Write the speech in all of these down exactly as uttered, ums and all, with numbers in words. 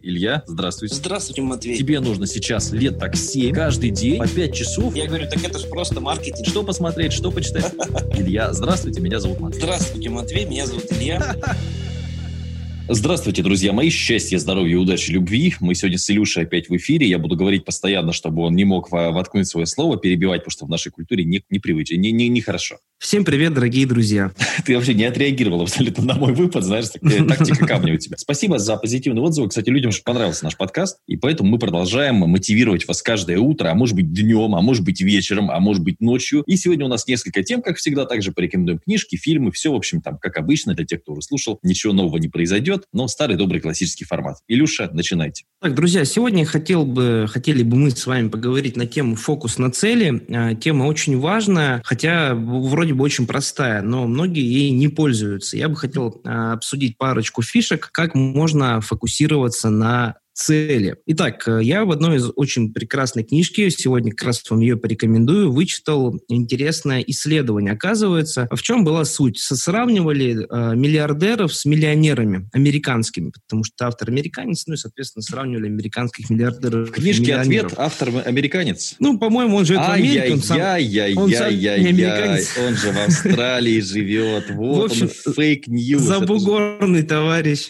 Илья, здравствуйте. Здравствуйте, Матвей. Тебе нужно сейчас лет так семь, каждый день, по пять часов. Я говорю, так это же просто маркетинг. Что посмотреть, что почитать? Илья, здравствуйте, меня зовут Матвей. Здравствуйте, Матвей, меня зовут Илья. Здравствуйте, друзья мои. Счастья, здоровья, удачи, любви. Мы сегодня с Илюшей опять в эфире. Я буду говорить постоянно, чтобы он не мог воткнуть свое слово, перебивать, потому что в нашей культуре не, не привычно, не, не, не хорошо. Всем привет, дорогие друзья. Ты вообще не отреагировал абсолютно на мой выпад, знаешь, такая тактика камня у тебя. Спасибо за позитивные отзывы. Кстати, людям же понравился наш подкаст, и поэтому мы продолжаем мотивировать вас каждое утро, а может быть днем, а может быть вечером, а может быть ночью. И сегодня у нас несколько тем, как всегда, также порекомендуем книжки, фильмы, все, в общем, там, как обычно, для тех, кто уже слушал, ничего нового не произойдет, но старый добрый классический формат. Илюша, начинайте. Так, друзья, сегодня хотел бы, хотели бы мы с вами поговорить на тему «Фокус на цели». Тема очень важная, хотя вроде бы очень простая, но многие ей не пользуются. Я бы хотел обсудить парочку фишек, как можно фокусироваться на цели. Итак, я в одной из очень прекрасной книжки, сегодня как раз вам ее порекомендую, вычитал интересное исследование. Оказывается, в чем была суть? Сравнивали э, миллиардеров с миллионерами американскими, потому что автор американец, ну и, соответственно, сравнивали американских миллиардеров. В книжке ответ автор американец. Ну, по-моему, он живет в Америке. Он сам, он сам не американец. Он же в Австралии живет. Вот он, фейк-ньюс. Забугорный товарищ.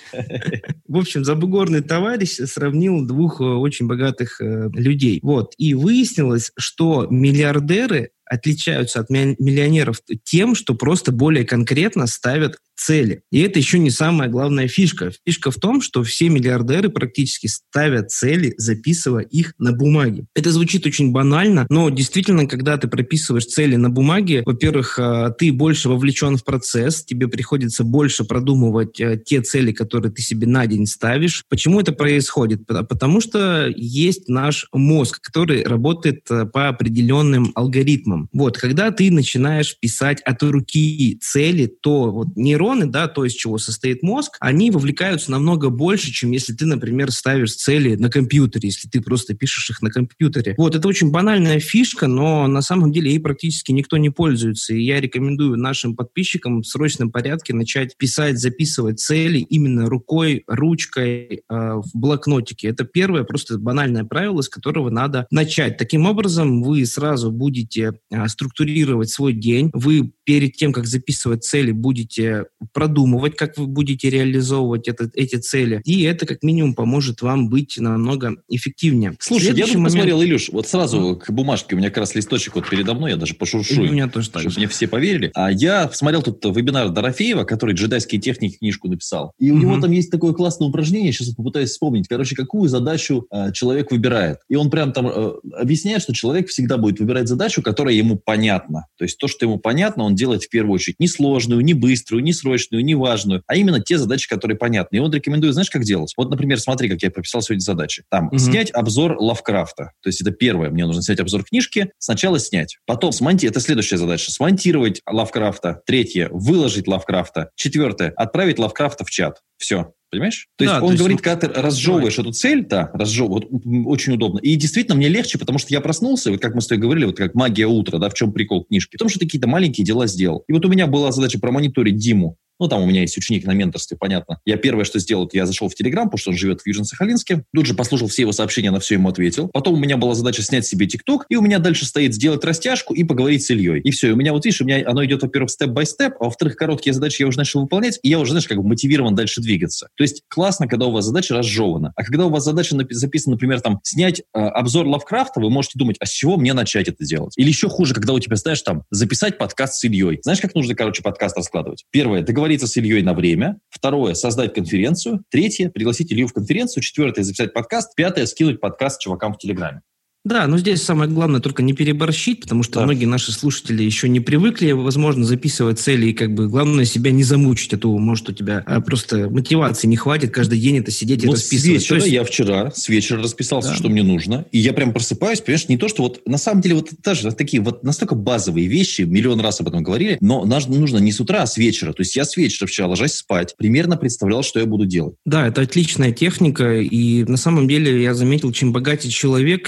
В общем, забугорный товарищ сравнил двух очень богатых э, людей. Вот. И выяснилось, что миллиардеры отличаются от миллионеров тем, что просто более конкретно ставят цели. И это еще не самая главная фишка. Фишка в том, что все миллиардеры практически ставят цели, записывая их на бумаге. Это звучит очень банально, но действительно, когда ты прописываешь цели на бумаге, во-первых, ты больше вовлечен в процесс, тебе приходится больше продумывать те цели, которые ты себе на день ставишь. Почему это происходит? Потому что есть наш мозг, который работает по определенным алгоритмам. Вот, когда ты начинаешь писать от руки цели, то вот нейроны, да, то, из чего состоит мозг, они вовлекаются намного больше, чем если ты, например, ставишь цели на компьютере, если ты просто пишешь их на компьютере. Вот, это очень банальная фишка, но на самом деле ей практически никто не пользуется. И я рекомендую нашим подписчикам в срочном порядке начать писать, записывать цели именно рукой, ручкой, э, в блокнотике. Это первое просто банальное правило, с которого надо начать. Таким образом, вы сразу будете структурировать свой день. Вы перед тем, как записывать цели, будете продумывать, как вы будете реализовывать это, эти цели. И это как минимум поможет вам быть намного эффективнее. Слушай, Следующий я тут момент... посмотрел, Илюш, вот сразу mm-hmm. к бумажке, у меня как раз листочек вот передо мной, я даже пошуршу, у меня тоже так чтобы же. Мне все поверили. А я смотрел тут вебинар Дорофеева, который «Джедайские техники» книжку написал. И у mm-hmm. него там есть такое классное упражнение, сейчас попытаюсь вспомнить, короче, какую задачу э, человек выбирает. И он прям там э, объясняет, что человек всегда будет выбирать задачу, которая ему понятна. То есть то, что ему понятно, он делает в первую очередь не сложную, не быструю, не срочную, не важную, а именно те задачи, которые понятны. И он рекомендует, знаешь, как делать? Вот, например, смотри, как я прописал сегодня задачи. Там, mm-hmm. снять обзор Лавкрафта. То есть это первое. Мне нужно снять обзор книжки. Сначала снять. Потом смонтировать. Это следующая задача. Смонтировать Лавкрафта. Третье. Выложить Лавкрафта. Четвертое. Отправить Лавкрафта в чат. Все. Понимаешь? То есть да, он то говорит, есть, когда ты разжевываешь эту цель, да, разжевываешь, вот, очень удобно. И действительно мне легче, потому что я проснулся, вот как мы с тобой говорили, вот как магия утра, да, в чем прикол книжки? В том, что ты какие-то маленькие дела сделал. И вот у меня была задача промониторить Диму. Ну, там у меня есть ученик на менторстве, понятно. Я первое, что сделал, я зашел в Телеграм, потому что он живет в Южно-Сахалинске. Тут же послушал все его сообщения, на все ему ответил. Потом у меня была задача снять себе ТикТок, и у меня дальше стоит сделать растяжку и поговорить с Ильей. И все. И у меня, вот видишь, у меня оно идет, во-первых, степ-бай-степ, а во-вторых, короткие задачи я уже начал выполнять, и я уже, знаешь, как бы мотивирован дальше двигаться. То есть классно, когда у вас задача разжевана. А когда у вас задача записана, например, там, снять э, обзор Лавкрафта, вы можете думать, а с чего мне начать это делать? Или еще хуже, когда у тебя, знаешь, там, записать подкаст с Ильей. Знаешь, как нужно, короче, подкаст раскладывать? Первое, договориться с Ильей на время. Время. Второе – создать конференцию. Третье – пригласить Илью в конференцию. Четвертое – записать подкаст. Пятое – скинуть подкаст чувакам в Телеграме. Да, но здесь самое главное только не переборщить, потому что да. многие наши слушатели еще не привыкли, возможно, записывать цели, и как бы главное себя не замучить, а то, может, у тебя а, просто мотивации не хватит каждый день это сидеть вот и расписывать. С вечера, есть... я вчера с вечера расписался, да. что мне нужно, и я прям просыпаюсь, понимаешь, не то, что вот на самом деле вот даже такие вот настолько базовые вещи, миллион раз об этом говорили, но нужно не с утра, а с вечера. То есть я с вечера вчера, ложась спать, примерно представлял, что я буду делать. Да, это отличная техника, и на самом деле я заметил, чем богаче человек, тем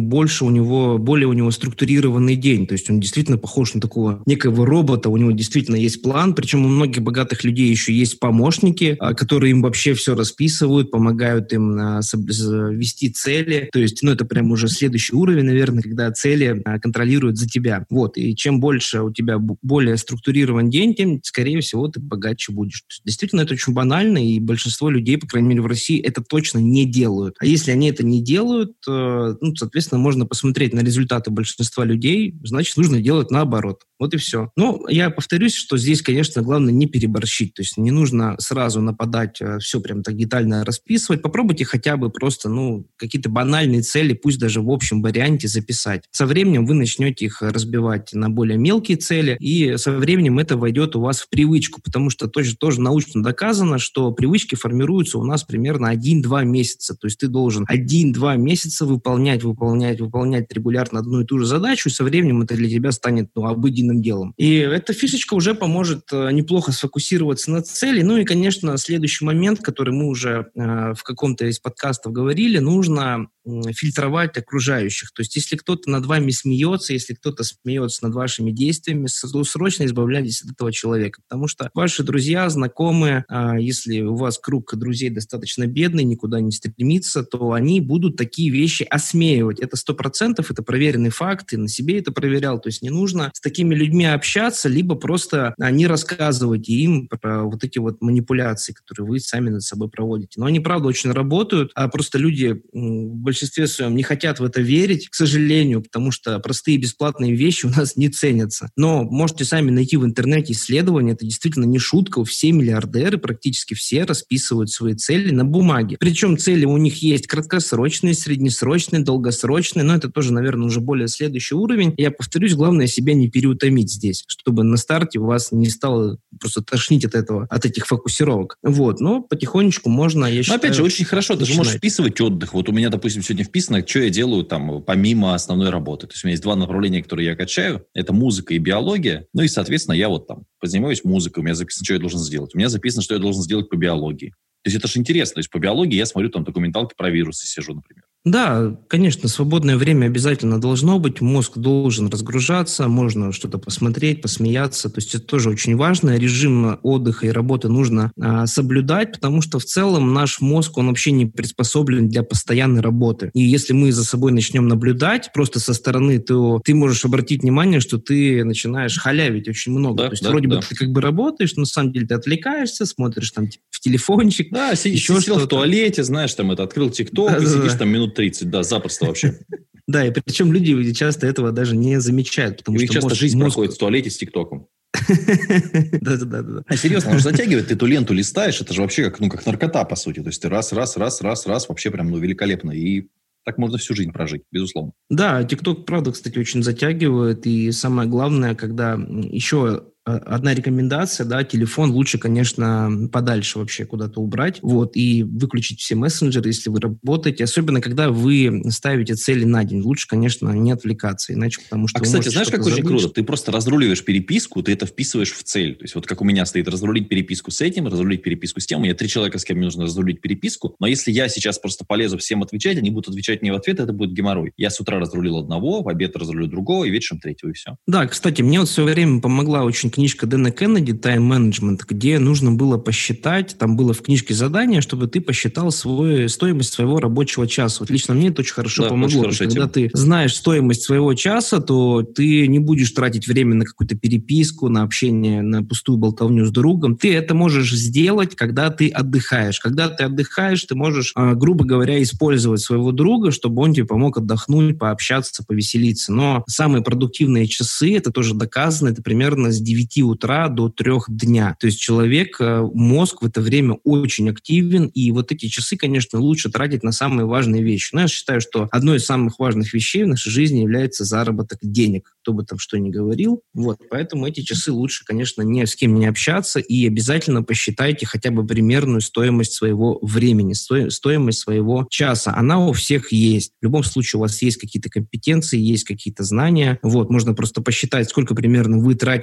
больше у него, более у него структурированный день. То есть он действительно похож на такого некого робота, у него действительно есть план, причем у многих богатых людей еще есть помощники, которые им вообще все расписывают, помогают им вести цели. То есть, ну, это прям уже следующий уровень, наверное, когда цели контролируют за тебя. Вот. И чем больше у тебя более структурирован день, тем, скорее всего, ты богаче будешь. Действительно, это очень банально, и большинство людей, по крайней мере, в России, это точно не делают. А если они это не делают, ну, соответственно, можно посмотреть на результаты большинства людей, значит, нужно делать наоборот. Вот и все. Но я повторюсь, что здесь, конечно, главное не переборщить. То есть не нужно сразу нападать, все прям так детально расписывать. Попробуйте хотя бы просто, ну, какие-то банальные цели, пусть даже в общем варианте записать. Со временем вы начнете их разбивать на более мелкие цели, и со временем это войдет у вас в привычку, потому что тоже, тоже научно доказано, что привычки формируются у нас примерно один-два месяца. То есть ты должен один-два месяца выполнять, выполнять, выполнять регулярно одну и ту же задачу, и со временем это для тебя станет, ну, обыденным делом. И эта фишечка уже поможет э, неплохо сфокусироваться на цели. Ну и, конечно, следующий момент, который мы уже э, в каком-то из подкастов говорили, нужно э, фильтровать окружающих. То есть если кто-то над вами смеется, если кто-то смеется над вашими действиями, срочно избавляйтесь от этого человека, потому что ваши друзья, знакомые, э, если у вас круг друзей достаточно бедный, никуда не стремится, то они будут такие вещи осмеивать. Это сто процентов, это проверенный факт, и на себе это проверял. То есть не нужно с такими людьми общаться, либо просто а, не рассказывайте им про вот эти вот манипуляции, которые вы сами над собой проводите. Но они, правда, очень работают, а просто люди в большинстве своем не хотят в это верить, к сожалению, потому что простые бесплатные вещи у нас не ценятся. Но можете сами найти в интернете исследования, это действительно не шутка, все миллиардеры, практически все расписывают свои цели на бумаге. Причем цели у них есть краткосрочные, среднесрочные, долгосрочные, но это тоже, наверное, уже более следующий уровень. Я повторюсь, главное себя не переутомить здесь, чтобы на старте у вас не стало просто тошнить от этого, от этих фокусировок. Вот, но потихонечку можно, я считаю... Но опять же, очень хорошо, ты же можешь вписывать отдых. Вот у меня, допустим, сегодня вписано, что я делаю там помимо основной работы. То есть у меня есть два направления, которые я качаю. Это музыка и биология. Ну и, соответственно, я вот там позанимаюсь музыкой, у меня записано, что я должен сделать. У меня записано, что я должен сделать по биологии. То есть это же интересно. То есть по биологии я смотрю там документалки про вирусы, сижу, например. Да, конечно, свободное время обязательно должно быть, мозг должен разгружаться, можно что-то посмотреть, посмеяться, то есть это тоже очень важно. Режим отдыха и работы нужно а, соблюдать, потому что в целом наш мозг, он вообще не приспособлен для постоянной работы. И если мы за собой начнем наблюдать просто со стороны, то ты можешь обратить внимание, что ты начинаешь халявить очень много. Да, то есть да, вроде да. бы ты как бы работаешь, но на самом деле ты отвлекаешься, смотришь там в телефончик. Да, еще сидел в туалете, знаешь, там это открыл ТикТок, да, и да, сидишь да. там минут тридцать, да, запросто вообще. Да, и причем люди часто этого даже не замечают. Потому что часто мозг, жизнь мозг... проходит в туалете с ТикТоком. Да-да-да. А серьезно, оно же затягивает, ты эту ленту листаешь, это же вообще как, ну, как наркота, по сути. То есть ты раз, раз, раз, раз, раз, вообще прям, ну, великолепно. И так можно всю жизнь прожить, безусловно. Да, ТикТок, правда, кстати, очень затягивает. И самое главное, когда еще... Одна рекомендация, да, телефон лучше, конечно, подальше вообще куда-то убрать, вот, и выключить все мессенджеры, если вы работаете, особенно когда вы ставите цели на день. Лучше, конечно, не отвлекаться, иначе потому что... А, кстати, знаешь, как очень круто? Ты просто разруливаешь переписку, ты это вписываешь в цель. То есть вот как у меня стоит разрулить переписку с этим, разрулить переписку с тем. У меня три человека, с кем мне нужно разрулить переписку, но если я сейчас просто полезу всем отвечать, они будут отвечать мне в ответ, это будет геморрой. Я с утра разрулил одного, в обед разрулю другого, и вечером третьего, и все. Да, кстати, мне вот все время помогла очень книжка Дэна Кеннеди «Time Management», где нужно было посчитать, там было в книжке задание, чтобы ты посчитал свою стоимость своего рабочего часа. Вот лично мне это очень хорошо да, помогло. Очень когда ты знаешь стоимость своего часа, то ты не будешь тратить время на какую-то переписку, на общение, на пустую болтовню с другом. Ты это можешь сделать, когда ты отдыхаешь. Когда ты отдыхаешь, ты можешь, грубо говоря, использовать своего друга, чтобы он тебе помог отдохнуть, пообщаться, повеселиться. Но самые продуктивные часы, это тоже доказано, это примерно с девяти утра до трех дня. То есть человек, мозг в это время очень активен, и вот эти часы, конечно, лучше тратить на самые важные вещи. Но я считаю, что одной из самых важных вещей в нашей жизни является заработок денег. Кто бы там что ни говорил. Вот, поэтому эти часы лучше, конечно, ни с кем не общаться, и обязательно посчитайте хотя бы примерную стоимость своего времени, сто, стоимость своего часа. Она у всех есть. В любом случае у вас есть какие-то компетенции, есть какие-то знания. Вот, можно просто посчитать, сколько примерно вы тратите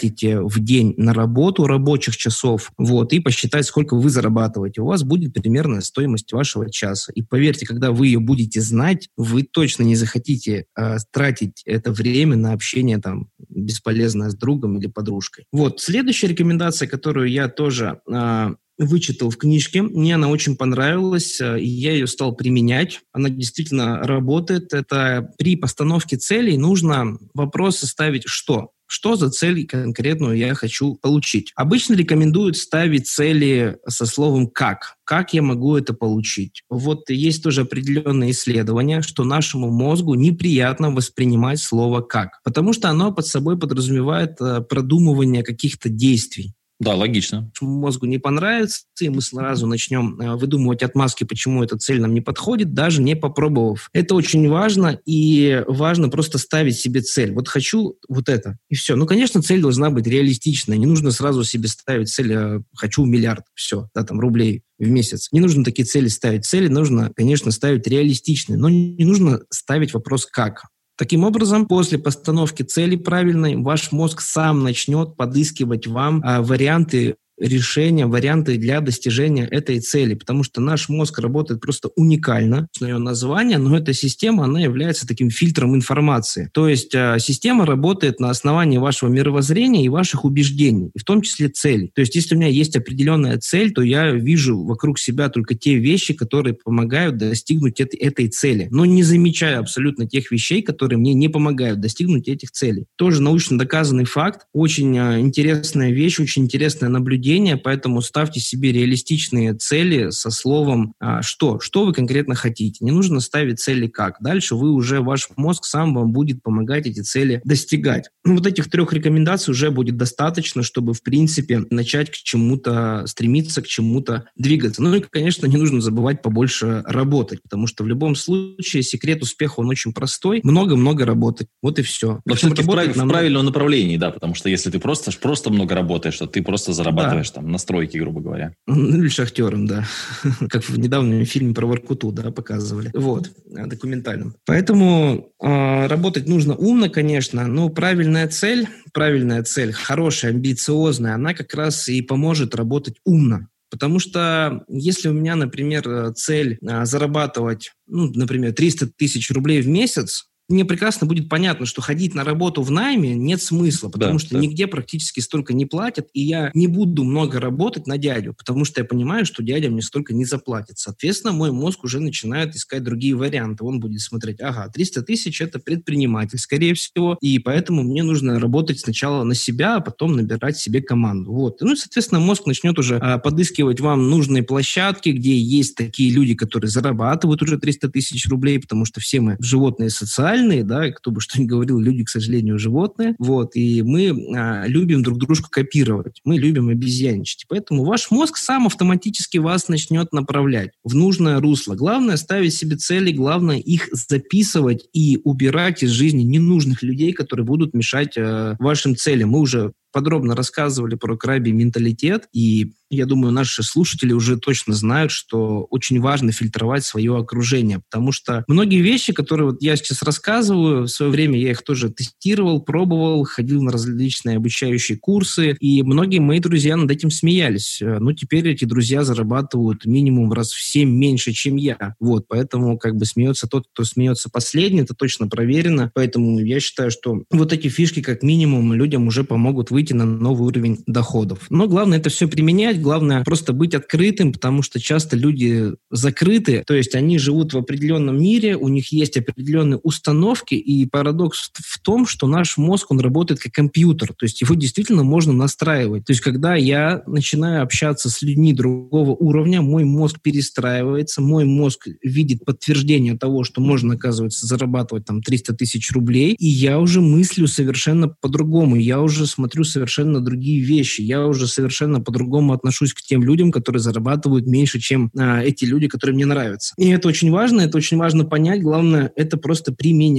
в день на работу рабочих часов, вот, и посчитать, сколько вы зарабатываете. У вас будет примерно стоимость вашего часа. И поверьте, когда вы ее будете знать, вы точно не захотите э, тратить это время на общение там бесполезное с другом или подружкой. Вот, следующая рекомендация, которую я тоже э, вычитал в книжке, мне она очень понравилась, и я ее стал применять. Она действительно работает. Это при постановке целей нужно вопросы ставить «что?». Что за цель конкретную я хочу получить? Обычно рекомендуют ставить цели со словом «как». Как я могу это получить? Вот есть тоже определенные исследования, что нашему мозгу неприятно воспринимать слово «как», потому что оно под собой подразумевает продумывание каких-то действий. Да, логично. Мозгу не понравится, и мы сразу начнем э, выдумывать отмазки, почему эта цель нам не подходит, даже не попробовав. Это очень важно, и важно просто ставить себе цель. Вот хочу вот это, и все. Ну, конечно, цель должна быть реалистичной. Не нужно сразу себе ставить цель э, «хочу миллиард», все, да, там, рублей в месяц. Не нужно такие цели ставить. Цели нужно, конечно, ставить реалистичные, но не нужно ставить вопрос «как?». Таким образом, после постановки цели правильной, ваш мозг сам начнет подыскивать вам а, варианты решения, варианты для достижения этой цели, потому что наш мозг работает просто уникально. Ее название, но эта система, она является таким фильтром информации. То есть э, система работает на основании вашего мировоззрения и ваших убеждений, и в том числе целей. То есть если у меня есть определенная цель, то я вижу вокруг себя только те вещи, которые помогают достигнуть этой, этой цели, но не замечаю абсолютно тех вещей, которые мне не помогают достигнуть этих целей. Тоже научно доказанный факт, очень э, интересная вещь, очень интересное наблюдение. Поэтому ставьте себе реалистичные цели со словом а, «что?». Что вы конкретно хотите. Не нужно ставить цели «как». Дальше вы уже, ваш мозг сам вам будет помогать эти цели достигать. Ну, вот этих трех рекомендаций уже будет достаточно, чтобы, в принципе, начать к чему-то стремиться, к чему-то двигаться. Ну и, конечно, не нужно забывать побольше работать, потому что в любом случае секрет успеха, он очень простой. Много-много работать. Вот и все. Но все-таки в, прав... нам... в правильном направлении, да, потому что если ты просто, просто много работаешь, то ты просто зарабатываешь. Да. Там, на стройке, грубо говоря. Ну, или шахтером, да. Как в недавнем фильме про Воркуту, да, показывали. Вот, документальном. Поэтому э, работать нужно умно, конечно, но правильная цель, правильная цель, хорошая, амбициозная, она как раз и поможет работать умно. Потому что если у меня, например, цель э, зарабатывать, ну, например, триста тысяч рублей в месяц, мне прекрасно будет понятно, что ходить на работу в найме нет смысла, потому да, что да. нигде практически столько не платят, и я не буду много работать на дядю, потому что я понимаю, что дядя мне столько не заплатит. Соответственно, мой мозг уже начинает искать другие варианты. Он будет смотреть, ага, триста тысяч – это предприниматель, скорее всего, и поэтому мне нужно работать сначала на себя, а потом набирать себе команду. Вот. Ну и, соответственно, мозг начнет уже а, подыскивать вам нужные площадки, где есть такие люди, которые зарабатывают уже триста тысяч рублей, потому что все мы животные социальные, да, кто бы что ни говорил, люди, к сожалению, животные, вот, и мы а, любим друг дружку копировать, мы любим обезьянничать, поэтому ваш мозг сам автоматически вас начнет направлять в нужное русло. Главное ставить себе цели, главное их записывать и убирать из жизни ненужных людей, которые будут мешать а, вашим целям. Мы уже подробно рассказывали про крабий менталитет, и я думаю, наши слушатели уже точно знают, что очень важно фильтровать свое окружение, потому что многие вещи, которые вот я сейчас рассказываю, в свое время я их тоже тестировал, пробовал, ходил на различные обучающие курсы, и многие мои друзья над этим смеялись. Ну, теперь эти друзья зарабатывают минимум раз в семь меньше, чем я. Вот, поэтому как бы смеется тот, кто смеется последний, это точно проверено, поэтому я считаю, что вот эти фишки как минимум людям уже помогут выйти на новый уровень доходов. Но главное это все применять, главное просто быть открытым, потому что часто люди закрыты, то есть они живут в определенном мире, у них есть определенные установки, и парадокс в том, что наш мозг, он работает как компьютер, то есть его действительно можно настраивать. То есть когда я начинаю общаться с людьми другого уровня, мой мозг перестраивается, мой мозг видит подтверждение того, что можно, оказывается, зарабатывать там триста тысяч рублей, и я уже мыслю совершенно по-другому, я уже смотрю совершенно другие вещи. Я уже совершенно по-другому отношусь к тем людям, которые зарабатывают меньше, чем а, эти люди, которые мне нравятся. И это очень важно, это очень важно понять. Главное, это просто применять.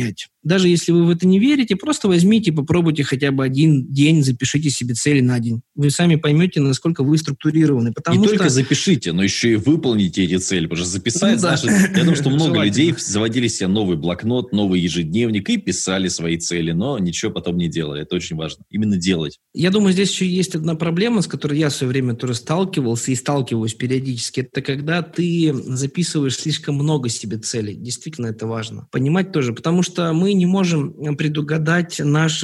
Даже если вы в это не верите, просто возьмите и попробуйте хотя бы один день, запишите себе цели на день. Вы сами поймете, насколько вы структурированы. Не что... только запишите, но еще и выполните эти цели. Потому что записать, ну, да. знаешь, я думаю, что много людей заводили себе новый блокнот, новый ежедневник и писали свои цели, но ничего потом не делали. Это очень важно. Именно делать. Я думаю, здесь еще есть одна проблема, с которой я в свое время тоже сталкивался и сталкиваюсь периодически. Это когда ты записываешь слишком много себе целей. Действительно, это важно. Понимать тоже, потому что мы не можем предугадать наше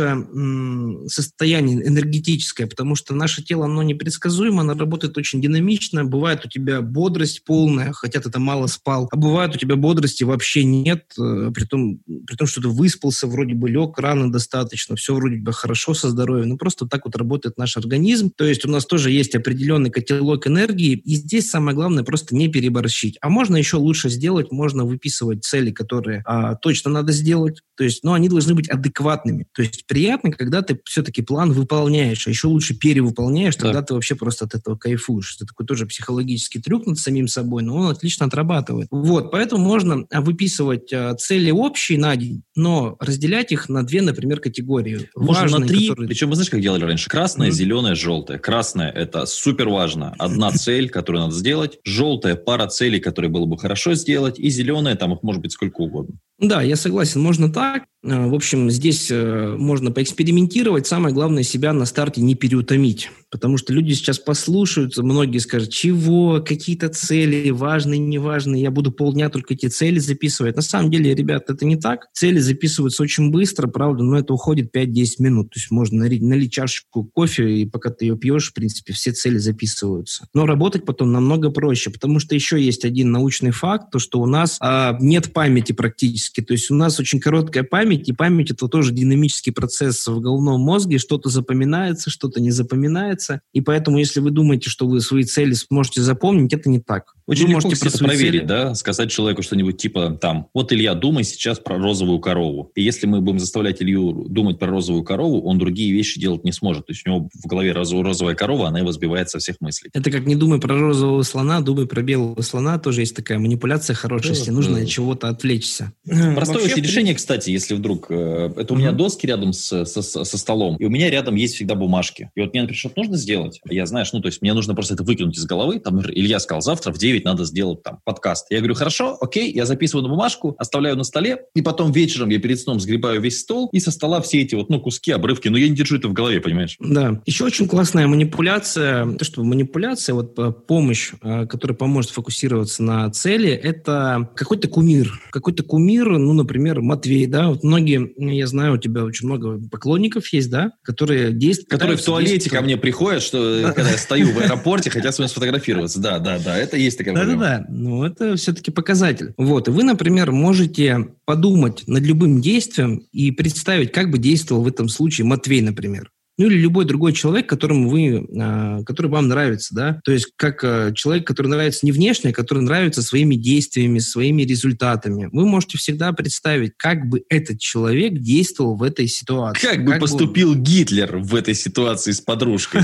м, состояние энергетическое, потому что наше тело, оно непредсказуемо, оно работает очень динамично. Бывает у тебя бодрость полная, хотя ты там мало спал, а бывает у тебя бодрости вообще нет, при том, при том, что ты выспался, вроде бы лег рано достаточно, все вроде бы хорошо со здоровьем, но просто так вот работает наш организм. То есть у нас тоже есть определенный котелок энергии, и здесь самое главное просто не переборщить. А можно еще лучше сделать, можно выписывать цели, которые а, точно надо сделать, то есть, но они должны быть адекватными. То есть приятно, когда ты все-таки план выполняешь, а еще лучше перевыполняешь, тогда да. ты вообще просто от этого кайфуешь. Это такой тоже психологический трюк над самим собой, но он отлично отрабатывает. Вот, поэтому можно выписывать а, цели общие на день, но разделять их на две, например, категории. Можно важные, на три, которые... причем, вы знаешь, как делали раньше? Красное, mm-hmm. зеленое, желтое. Красное – это супер важно. Одна цель, которую надо сделать. Желтая – пара целей, которые было бы хорошо сделать. И зеленая, там их может быть сколько угодно. Да, я согласен, можно так. В общем, здесь можно поэкспериментировать. Самое главное, себя на старте не переутомить. Потому что люди сейчас послушают, многие скажут, чего, какие-то цели, важные, неважные, я буду полдня только эти цели записывать. На самом деле, ребят, это не так. Цели записываются очень быстро, правда, но это уходит пять-десять минут. То есть можно налить, налить чашечку кофе, и пока ты ее пьешь, в принципе, все цели записываются. Но работать потом намного проще, потому что еще есть один научный факт, то, что у нас а, нет памяти практически. То есть у нас очень короткая память, и память – это тоже динамический процесс в головном мозге. Что-то запоминается, что-то не запоминается. И поэтому, если вы думаете, что вы свои цели сможете запомнить, это не так. Очень вы легко можете это проверить, цели... да? Сказать человеку что-нибудь типа там, вот, Илья, думай сейчас про розовую корову. И если мы будем заставлять Илью думать про розовую корову, он другие вещи делать не сможет. То есть у него в голове розовая корова, она его сбивает со всех мыслей. Это как не думай про розового слона, думай про белого слона. Тоже есть такая манипуляция хорошая, да, если да. нужно от чего-то отвлечься. Простое очень решение, кстати, если вдруг... Это у меня доски рядом с, со, со столом, и у меня рядом есть всегда бумажки. И вот мне, например, что-то нужно сделать, я, знаешь, ну, то есть мне нужно просто это выкинуть из головы. Там, Илья сказал, завтра в девять надо сделать там подкаст. Я говорю, хорошо, окей, я записываю на бумажку, оставляю на столе, и потом вечером я перед сном сгребаю весь стол, и со стола все эти вот, ну, куски, обрывки, но я не держу это в голове, понимаешь? Да. Еще очень классная манипуляция, то, что манипуляция, вот помощь, которая поможет фокусироваться на цели, это какой-то кумир. Какой-то кумир, ну, например, Матвей, да, вот многие, я знаю, у тебя очень много поклонников есть, да, которые действуют... Которые в туалете ко мне приходят, что когда я стою в аэропорте, хотят с вами сфотографироваться. Да, да, да, это есть такая проблема. Да-да-да, ну это все-таки показатель. Вот, и вы, например, можете подумать над любым действием и представить, как бы действовал в этом случае Матвей, например. Ну или любой другой человек, которому вы, который вам нравится, да, то есть как человек, который нравится не внешне, а который нравится своими действиями, своими результатами. Вы можете всегда представить, как бы этот человек действовал в этой ситуации. Как бы как поступил бы... Гитлер в этой ситуации с подружкой,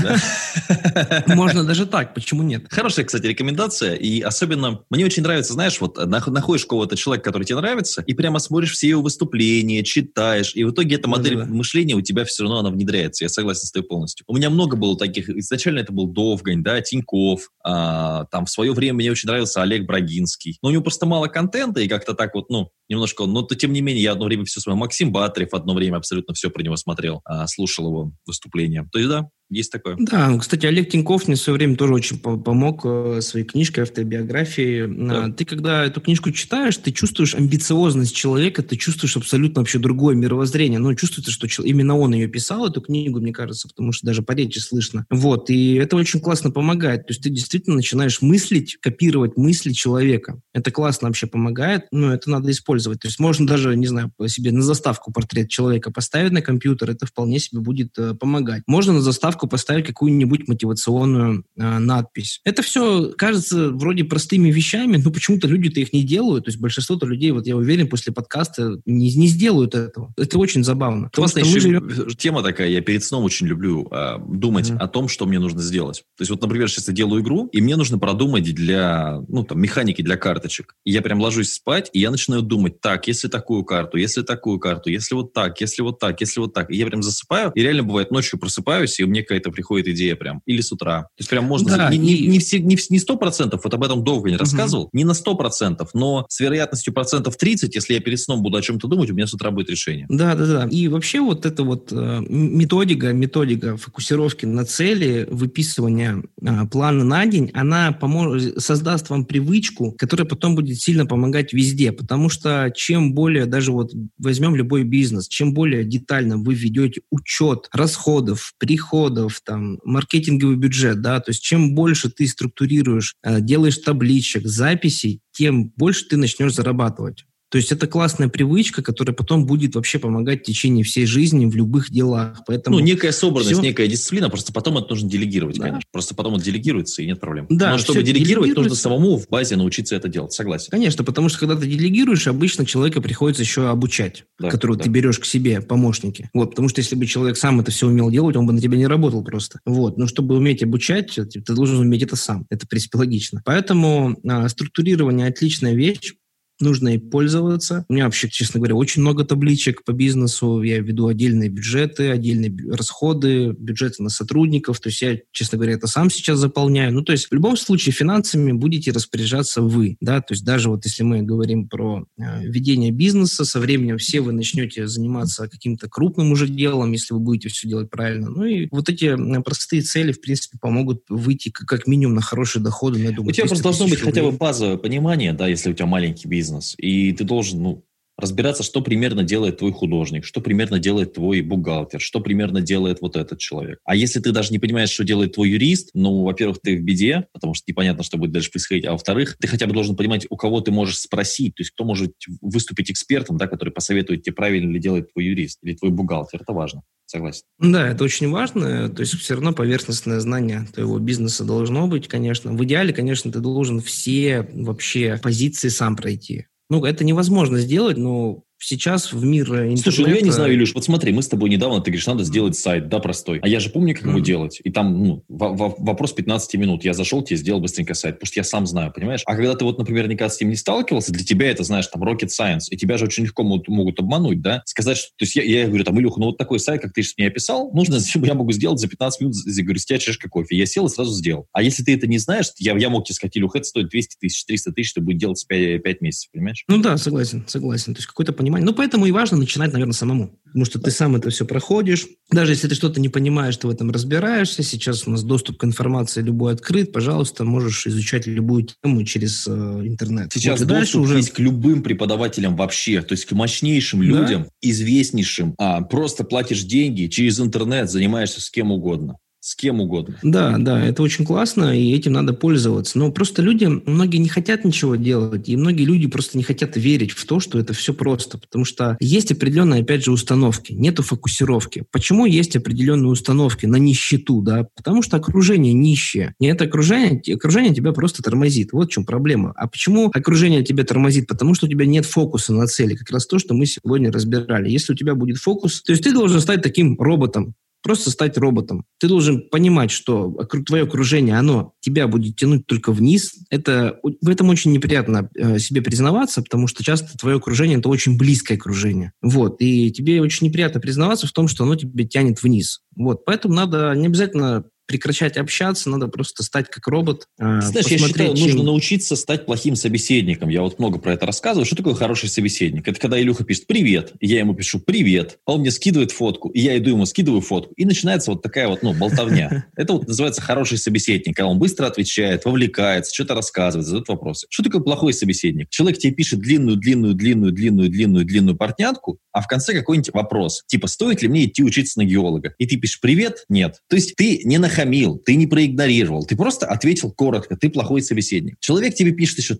да? Можно даже так, почему нет? Хорошая, кстати, рекомендация, и особенно мне очень нравится, знаешь, вот находишь кого-то человека, который тебе нравится, и прямо смотришь все его выступления, читаешь, и в итоге эта модель мышления у тебя все равно она внедряется. Я согласен с тобой полностью. У меня много было таких. Изначально это был Довгань, да, Тиньков. А, там в свое время мне очень нравился Олег Брагинский. Но у него просто мало контента, и как-то так вот, ну, немножко... Но то, тем не менее, я одно время все смотрел. Максим Батарев одно время абсолютно все про него смотрел, а, слушал его выступления. То есть, да, есть такое. Да, кстати, Олег Тиньков мне в свое время тоже очень помог э, своей книжкой, автобиографией. Да. Ты, когда эту книжку читаешь, ты чувствуешь амбициозность человека, ты чувствуешь абсолютно вообще другое мировоззрение. Ну, чувствуется, что именно он ее писал, эту книгу, мне кажется, потому что даже по речи слышно. Вот, и это очень классно помогает. То есть ты действительно начинаешь мыслить, копировать мысли человека. Это классно вообще помогает, но это надо использовать. То есть можно даже, не знаю, себе на заставку портрет человека поставить на компьютер, это вполне себе будет э, помогать. Можно на заставку вкладку поставить какую-нибудь мотивационную э, надпись. Это все кажется вроде простыми вещами, но почему-то люди-то их не делают. То есть большинство-то людей, вот я уверен, после подкаста не, не сделают этого. Это очень забавно. Классная еще живем... тема такая. Я перед сном очень люблю э, думать mm-hmm. о том, что мне нужно сделать. То есть вот, например, сейчас я делаю игру, и мне нужно продумать для, ну, там, механики для карточек. И я прям ложусь спать, и я начинаю думать, так, если такую карту, если такую карту, если вот так, если вот так, если вот так. И я прям засыпаю, и реально бывает, ночью просыпаюсь, и мне какая-то приходит идея прям. Или с утра. То есть прям можно... Да, не, и... не, не, не, не сто процентов, вот об этом долго не рассказывал, mm-hmm. не на сто процентов, но с вероятностью процентов тридцать, если я перед сном буду о чем-то думать, у меня с утра будет решение. Да, да, да. И вообще вот эта вот э, методика, методика фокусировки на цели, выписывания э, плана на день, она поможет, создаст вам привычку, которая потом будет сильно помогать везде, потому что чем более, даже вот возьмем любой бизнес, чем более детально вы ведете учет расходов, приходов, там, маркетинговый бюджет, да, то есть чем больше ты структурируешь, э, делаешь табличек, записей, тем больше ты начнешь зарабатывать. То есть это классная привычка, которая потом будет вообще помогать в течение всей жизни в любых делах. Поэтому ну, некая собранность, все... некая дисциплина, просто потом это нужно делегировать, да. конечно. Просто потом это делегируется, и нет проблем. Да, но чтобы делегировать, нужно самому в базе научиться это делать, согласен. Конечно, потому что когда ты делегируешь, обычно человека приходится еще обучать, да, которого да. ты берешь к себе, помощники. Вот, потому что если бы человек сам это все умел делать, он бы на тебя не работал просто. Вот, но чтобы уметь обучать, ты должен уметь это сам. Это в принципе логично. Поэтому а, структурирование отличная вещь. Нужно и пользоваться. У меня вообще, честно говоря, очень много табличек по бизнесу. Я веду отдельные бюджеты, отдельные расходы, бюджеты на сотрудников. То есть я, честно говоря, это сам сейчас заполняю. Ну, то есть в любом случае финансами будете распоряжаться вы. Да? То есть даже вот если мы говорим про э, ведение бизнеса, со временем все вы начнете заниматься каким-то крупным уже делом, если вы будете все делать правильно. Ну и вот эти простые цели, в принципе, помогут выйти как, как минимум на хорошие доходы. Я думаю, у тебя просто должно быть рублей. Хотя бы базовое понимание, да, если у тебя маленький бизнес. И ты должен, ну, разбираться, что примерно делает твой художник, что примерно делает твой бухгалтер, что примерно делает вот этот человек. А если ты даже не понимаешь, что делает твой юрист, ну, во-первых, ты в беде, потому что непонятно, что будет дальше происходить, а во-вторых, ты хотя бы должен понимать, у кого ты можешь спросить, то есть кто может выступить экспертом, да, который посоветует тебе, правильно ли делает твой юрист или твой бухгалтер. Это важно. Согласен. Да, это очень важно. То есть все равно поверхностное знание твоего бизнеса должно быть, конечно. В идеале, конечно, ты должен все вообще позиции сам пройти. Ну, это невозможно сделать, но сейчас в мир интернета... Слушай, ну я не знаю, Илюш, вот смотри, мы с тобой недавно, ты говоришь, надо сделать сайт, да, простой. А я же помню, как mm-hmm. его делать. И там, ну, в- в- вопрос пятнадцать минут. Я зашел, тебе сделал быстренько сайт, потому что я сам знаю, понимаешь? А когда ты вот, например, никогда с этим не сталкивался, для тебя это, знаешь, там, rocket science, и тебя же очень легко могут, могут обмануть, да? Сказать, что... То есть я, я говорю, там, Илюха, ну вот такой сайт, как ты мне описал, нужно, я могу сделать за пятнадцать минут, я говорю, с тебя чашка кофе. Я сел и сразу сделал. А если ты это не знаешь, я, я мог тебе сказать, Илюха, это стоит двести тысяч, триста тысяч, что будет делать пять месяцев, понимаешь? Ну да, согласен, согласен. То есть какое-то понимание. Ну, поэтому и важно начинать, наверное, самому. Потому что ты сам это все проходишь. Даже если ты что-то не понимаешь, ты в этом разбираешься. Сейчас у нас доступ к информации любой открыт. Пожалуйста, можешь изучать любую тему через э, интернет. Сейчас вот, доступ уже... есть к любым преподавателям вообще. То есть к мощнейшим людям, да? известнейшим. А, просто платишь деньги, через интернет занимаешься с кем угодно. С кем угодно. Да, да, это очень классно, и этим надо пользоваться. Но просто люди, многие не хотят ничего делать, и многие люди просто не хотят верить в то, что это все просто, потому что есть определенные, опять же, установки, нету фокусировки. Почему есть определенные установки на нищету, да? Потому что окружение нищее, и это окружение, окружение тебя просто тормозит. Вот в чем проблема. А почему окружение тебя тормозит? Потому что у тебя нет фокуса на цели, как раз то, что мы сегодня разбирали. Если у тебя будет фокус, то есть ты должен стать таким роботом, просто стать роботом. Ты должен понимать, что твое окружение, оно тебя будет тянуть только вниз. Это, в этом очень неприятно э, себе признаваться, потому что часто твое окружение – это очень близкое окружение. Вот. И тебе очень неприятно признаваться в том, что оно тебя тянет вниз. Вот. Поэтому надо не обязательно прекращать общаться, надо просто стать как робот. Э, Знаешь, я считаю, чем... нужно научиться стать плохим собеседником. Я вот много про это рассказываю. Что такое хороший собеседник? Это когда Илюха пишет «Привет», и я ему пишу «Привет», а он мне скидывает фотку, и я иду ему скидываю фотку, и начинается вот такая вот, ну, болтовня. Это вот называется хороший собеседник, когда он быстро отвечает, вовлекается, что-то рассказывает, задает вопросы. Что такое плохой собеседник? Человек тебе пишет длинную, длинную, длинную, длинную, длинную, длинную портнятку, а в конце какой-нибудь вопрос, типа, стоит ли мне идти учиться на геолога? И ты пишешь «Привет?» Нет. То есть ты не нахамил, ты не проигнорировал, ты просто ответил коротко, ты плохой собеседник. Человек тебе пишет еще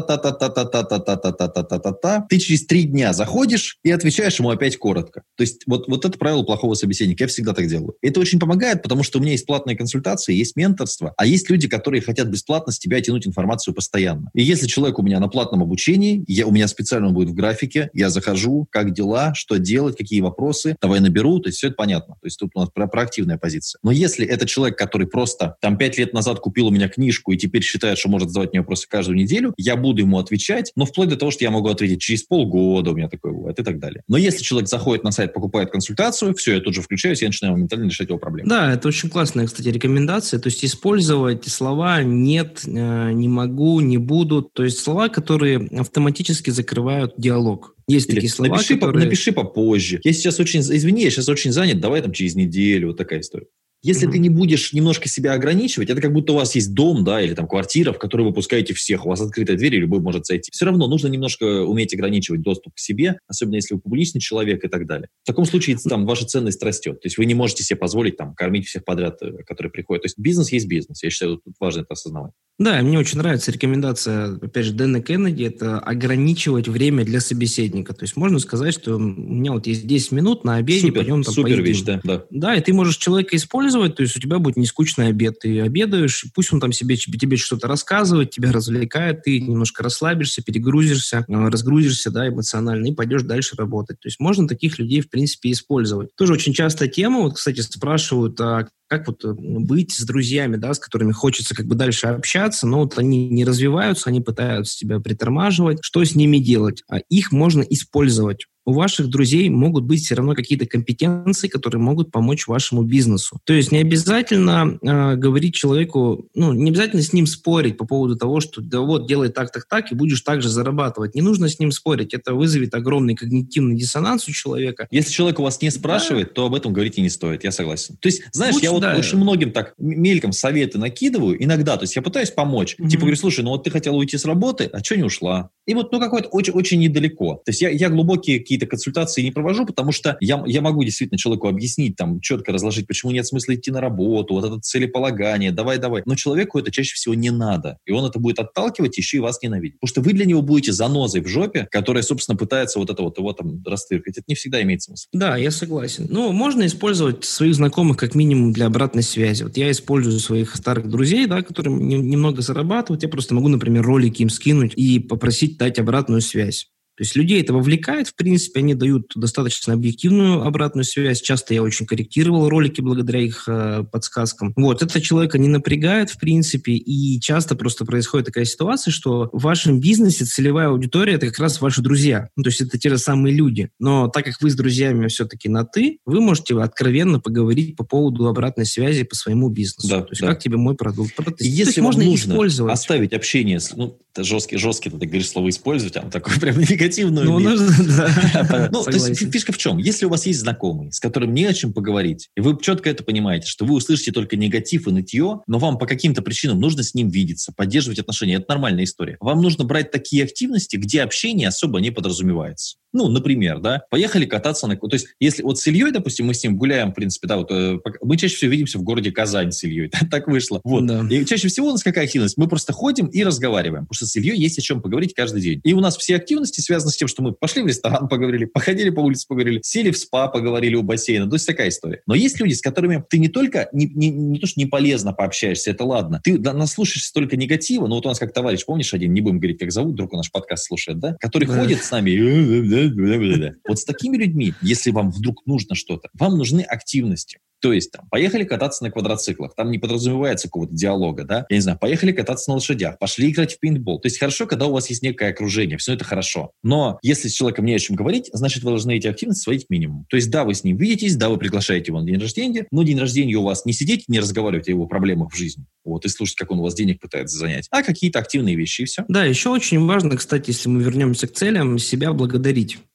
тра-та-та-та-та-та-та-та-та-та-та-та-та, ты через три дня заходишь и отвечаешь ему опять коротко. То есть вот, вот это правило плохого собеседника. Я всегда так делаю. Это очень помогает, потому что у меня есть платные консультации, есть менторство, а есть люди, которые хотят бесплатно с тебя тянуть информацию постоянно. И если человек у меня на платном обучении, я, у меня специально будет в графике, я захожу, как дела, что делать, какие вопросы, давай наберу, то есть все это понятно. То есть тут у нас про- проактивная позиция. Но если это человек, который просто там пять лет назад купил у меня книжку и теперь считает, что может задавать мне вопросы каждую неделю, я буду ему отвечать, но вплоть до того, что я могу ответить через полгода, у меня такое бывает и так далее. Но если человек заходит на сайт, покупает консультацию, все, я тут же включаюсь, я начинаю моментально решать его проблемы. Да, это очень классная, кстати, рекомендация. То есть использовать слова «нет», «не могу», «не буду». То есть слова, которые автоматически закрывают диалог. Есть Или такие слова, напиши, которые... по, напиши попозже. Я сейчас очень... Извини, я сейчас очень занят, давай там через неделю. Вот такая история. Если mm-hmm. ты не будешь немножко себя ограничивать, это как будто у вас есть дом, да, или там квартира, в которой вы пускаете всех, у вас открытая дверь, и любой может зайти. Все равно нужно немножко уметь ограничивать доступ к себе, особенно если вы публичный человек и так далее. В таком случае там ваша ценность растет. То есть вы не можете себе позволить там кормить всех подряд, которые приходят. То есть бизнес есть бизнес. Я считаю, тут важно это осознавать. Да, мне очень нравится рекомендация, опять же, Дэна Кеннеди, это ограничивать время для собеседника. То есть можно сказать, что у меня вот есть десять минут на обеде, супер, пойдем там супер поедим. Вещь, да, да. Да, и ты можешь человека использовать, то есть у тебя будет нескучный обед. Ты обедаешь, пусть он там себе, тебе что-то рассказывает, тебя развлекает, ты немножко расслабишься, перегрузишься, разгрузишься, да, эмоционально, и пойдешь дальше работать. То есть можно таких людей, в принципе, использовать. Тоже очень частая тема, вот, кстати, спрашивают, а как вот быть с друзьями, да, с которыми хочется как бы дальше общаться, но вот они не развиваются, они пытаются тебя притормаживать. Что с ними делать? А их можно использовать. У ваших друзей могут быть все равно какие-то компетенции, которые могут помочь вашему бизнесу. То есть не обязательно э, говорить человеку, ну, не обязательно с ним спорить по поводу того, что да вот, делай так, так, так, и будешь так же зарабатывать. Не нужно с ним спорить. Это вызовет огромный когнитивный диссонанс у человека. Если человек у вас не спрашивает, да. то об этом говорить и не стоит, я согласен. То есть, знаешь, Лучше, я вот да. очень многим так мельком советы накидываю иногда, то есть я пытаюсь помочь. Mm-hmm. Типа говорю, слушай, ну вот ты хотела уйти с работы, а что не ушла? И вот, ну, какое-то очень, очень недалеко. То есть я, я глубокие какие-то консультации не провожу, потому что я, я могу действительно человеку объяснить, там, четко разложить, почему нет смысла идти на работу, вот это целеполагание, давай-давай. Но человеку это чаще всего не надо. И он это будет отталкивать, еще и вас ненавидеть. Потому что вы для него будете занозой в жопе, которая, собственно, пытается вот это вот его там растыркать. Это не всегда имеет смысл. Да, я согласен. Ну, можно использовать своих знакомых как минимум для обратной связи. Вот я использую своих старых друзей, да, которые не, немного зарабатывают. Я просто могу, например, ролики им скинуть и попросить дать обратную связь. То есть людей это вовлекает, в принципе, они дают достаточно объективную обратную связь. Часто я очень корректировал ролики благодаря их э, подсказкам. Вот, это человека не напрягает, в принципе, и часто просто происходит такая ситуация, что в вашем бизнесе целевая аудитория – это как раз ваши друзья. Ну, то есть это те же самые люди. Но так как вы с друзьями все-таки на «ты», вы можете откровенно поговорить по поводу обратной связи по своему бизнесу. Да, то есть да. как тебе мой продукт. И если вам можно нужно использовать. оставить общение, с, ну, жесткий, жесткий, ты говоришь слово «использовать», а такое прям негативную. Ну, нужно, да. Ну, то есть фишка в чем? Если у вас есть знакомый, с которым не о чем поговорить, и вы четко это понимаете, что вы услышите только негатив и нытье, но вам по каким-то причинам нужно с ним видеться, поддерживать отношения, это нормальная история. Вам нужно брать такие активности, где общение особо не подразумевается. Ну, например, да, поехали кататься на... То есть, если вот с Ильей, допустим, мы с ним гуляем, в принципе, да, вот мы чаще всего видимся в городе Казань с Ильей, так вышло. Вот. Да. И чаще всего у нас какая активность? Мы просто ходим и разговариваем, потому что с Ильей есть о чем поговорить каждый день. И у нас все активности связаны с тем, что мы пошли в ресторан, поговорили, походили по улице, поговорили, сели в спа, поговорили у бассейна. То есть такая история. Но есть люди, с которыми ты не только, не, не, не то, что не полезно пообщаешься, это ладно, ты да, наслушаешься столько негатива, ну вот у нас как товарищ, помнишь один, не будем говорить, как зовут, вдруг он наш подкаст слушает, да, который да. ходит с нами. Вот с такими людьми, если вам вдруг нужно что-то, вам нужны активности. То есть, там, поехали кататься на квадроциклах, там не подразумевается какого-то диалога, да, я не знаю, поехали кататься на лошадях, пошли играть в пейнтбол. То есть, хорошо, когда у вас есть некое окружение, все это хорошо. Но если с человеком не о чем говорить, значит, вы должны эти активности сводить к минимуму. То есть, да, вы с ним видитесь, да, вы приглашаете его на день рождения, но день рождения у вас не сидеть, не разговаривать о его проблемах в жизни, вот, и слушать, как он у вас денег пытается занять, а какие-то активные вещи, и все. Да, еще очень важно, кстати, если мы вернемся к целям, себя благодарить.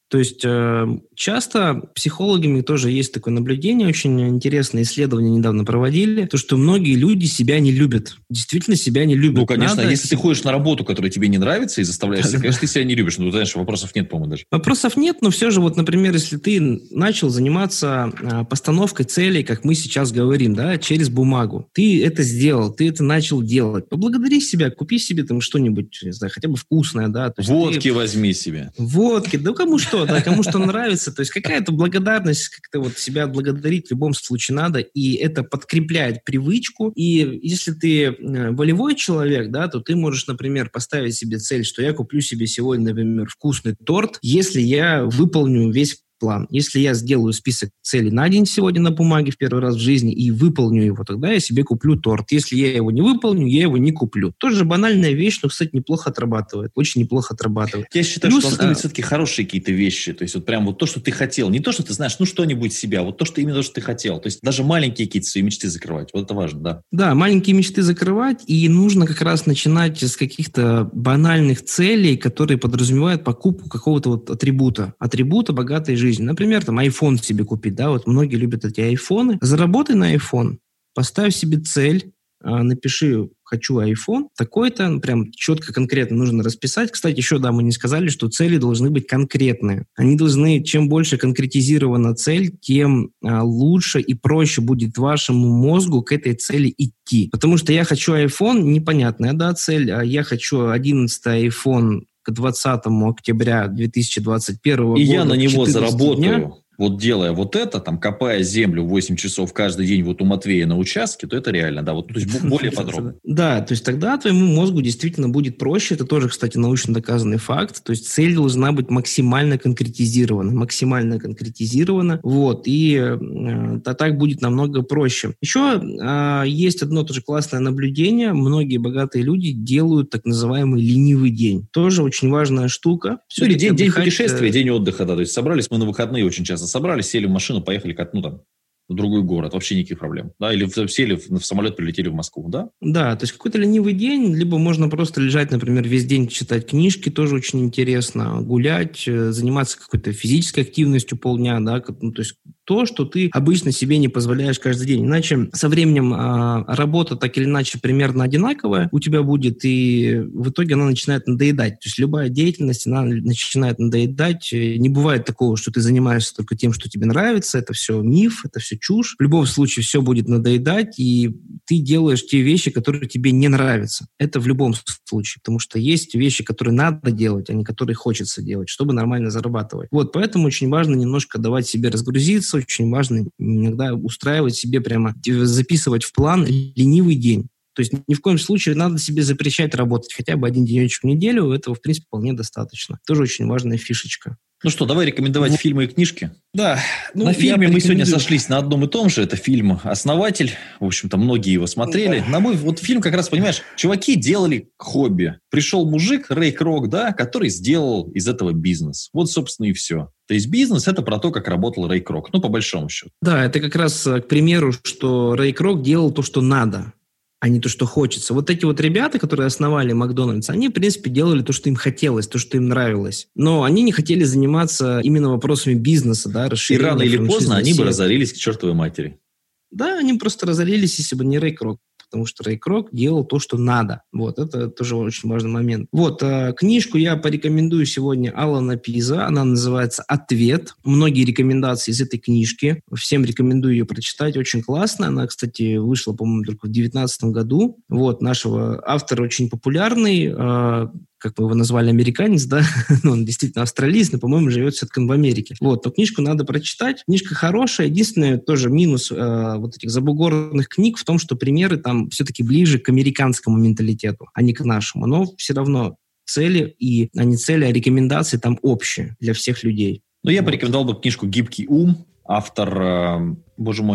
То есть э, часто психологами тоже есть такое наблюдение, очень интересное исследование недавно проводили, то, что многие люди себя не любят. Действительно себя не любят. Ну, конечно, Надо если себе... ты ходишь на работу, которая тебе не нравится, и заставляешь себя, конечно, ты себя не любишь. Ну, знаешь, вопросов нет, по-моему, даже. Вопросов нет, но все же, вот, например, если ты начал заниматься а, постановкой целей, как мы сейчас говорим, да, через бумагу, ты это сделал, ты это начал делать, поблагодари себя, купи себе там что-нибудь, не знаю, хотя бы вкусное, да. То есть водки ты... возьми себе. Водки, да кому что, да, кому что нравится. То есть какая-то благодарность, как-то вот себя отблагодарить в любом случае надо, и это подкрепляет привычку. И если ты волевой человек, да, то ты можешь, например, поставить себе цель, что я куплю себе сегодня, например, вкусный торт, если я выполню весь план. Если я сделаю список целей на день сегодня на бумаге в первый раз в жизни и выполню его, тогда я себе куплю торт. Если я его не выполню, я его не куплю. Тоже банальная вещь, но, кстати, неплохо отрабатывает. Очень неплохо отрабатывает. Я считаю, Плюс, что должны а... быть все-таки хорошие какие-то вещи. То есть вот прям вот то, что ты хотел. Не то, что ты знаешь, ну что-нибудь себя, вот то, что именно то, что ты хотел. То есть даже маленькие какие-то свои мечты закрывать. Вот это важно, да. Да, маленькие мечты закрывать, и нужно как раз начинать с каких-то банальных целей, которые подразумевают покупку какого-то вот атрибута. Атрибута богатой жизни. Например, там, iPhone себе купить, да, вот многие любят эти айфоны. Заработай на iPhone, поставь себе цель, напиши «хочу iPhone», такой-то, прям четко, конкретно нужно расписать. Кстати, еще, да, мы не сказали, что цели должны быть конкретные. Они должны, чем больше конкретизирована цель, тем а, лучше и проще будет вашему мозгу к этой цели идти. Потому что я хочу iPhone, непонятная, да, цель, а я хочу одиннадцатый iPhone к двадцатому октября две тысячи двадцать первого и года. И я на него заработаю. Дня. Вот делая вот это, там, копая землю восемь часов каждый день вот у Матвея на участке, то это реально, да, вот, то есть более подробно. Да, то есть тогда твоему мозгу действительно будет проще. Это тоже, кстати, научно доказанный факт. То есть цель должна быть максимально конкретизирована, максимально конкретизирована, вот, и э, так будет намного проще. Еще э, есть одно тоже классное наблюдение. Многие богатые люди делают так называемый ленивый день. Тоже очень важная штука. Ну, или день, день путешествия, день отдыха, да, то есть собрались мы на выходные очень часто. Собрались, сели в машину, поехали как, ну, там, в другой город, вообще никаких проблем. Да? Или сели в, в самолет, прилетели в Москву, да? Да, то есть какой-то ленивый день, либо можно просто лежать, например, весь день читать книжки, тоже очень интересно, гулять, заниматься какой-то физической активностью полдня, да, ну, то есть то, что ты обычно себе не позволяешь каждый день. Иначе со временем а, работа так или иначе примерно одинаковая у тебя будет, и в итоге она начинает надоедать. То есть любая деятельность, она начинает надоедать. Не бывает такого, что ты занимаешься только тем, что тебе нравится. Это все миф, это все чушь. В любом случае все будет надоедать, и ты делаешь те вещи, которые тебе не нравятся. Это в любом случае, потому что есть вещи, которые надо делать, а не которые хочется делать, чтобы нормально зарабатывать. Вот, поэтому очень важно немножко давать себе разгрузиться, очень важно иногда устраивать себе прямо, записывать в план ленивый день. То есть ни в коем случае надо себе запрещать работать хотя бы один денечек в неделю, этого, в принципе, вполне достаточно. Тоже очень важная фишечка. Ну что, давай рекомендовать вот. фильмы и книжки. Да. Ну, на фильме мы сегодня сошлись на одном и том же. Это фильм «Основатель». В общем-то, многие его смотрели. Да. На мой вот фильм как раз, понимаешь, чуваки делали хобби. Пришел мужик, Рэй Крок, да, который сделал из этого бизнес. Вот, собственно, и все. То есть бизнес – это про то, как работал Рэй Крок. Ну, по большому счету. Да, это как раз к примеру, что Рэй Крок делал то, что надо, а не то, что хочется. Вот эти вот ребята, которые основали Макдональдс, они, в принципе, делали то, что им хотелось, то, что им нравилось. Но они не хотели заниматься именно вопросами бизнеса, да, расширения. И рано или поздно они бы разорились к чертовой матери. Да, они просто разорились, если бы не Рэй Крок. Потому что Рэй Крок делал то, что надо. Вот, это тоже очень важный момент. Вот, э, книжку я порекомендую сегодня Алана Пиза. Она называется «Ответ». Многие рекомендации из этой книжки. Всем рекомендую ее прочитать. Очень классно. Она, кстати, вышла, по-моему, только в две тысячи девятнадцатом году. Вот, нашего автора очень популярный. Э, как мы его назвали, американец, да, он действительно австралиец, но, по-моему, живет все-таки в Америке. Вот, но книжку надо прочитать. Книжка хорошая. Единственное, тоже минус э, вот этих забугорных книг в том, что примеры там все-таки ближе к американскому менталитету, а не к нашему. Но все равно цели, и а не цели, а рекомендации там общие для всех людей. Ну, я вот. порекомендовал бы книжку «Гибкий ум». Автор, э, боже мой,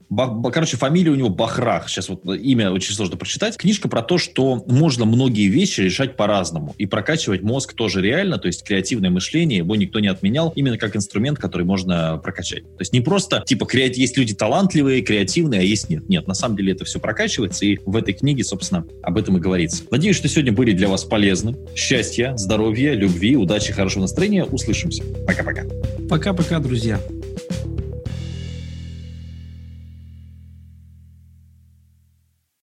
Ба- короче, фамилия у него Бахрах. Сейчас вот имя очень сложно прочитать. Книжка про то, что можно многие вещи решать по-разному. И прокачивать мозг тоже реально. То есть креативное мышление, его никто не отменял. Именно как инструмент, который можно прокачать. То есть не просто, типа, креатив... есть люди талантливые, креативные, а есть нет. Нет, на самом деле это все прокачивается. И в этой книге, собственно, об этом и говорится. Надеюсь, что сегодня были для вас полезны. Счастья, здоровья, любви, удачи, хорошего настроения. Услышимся. Пока-пока. Пока-пока, друзья.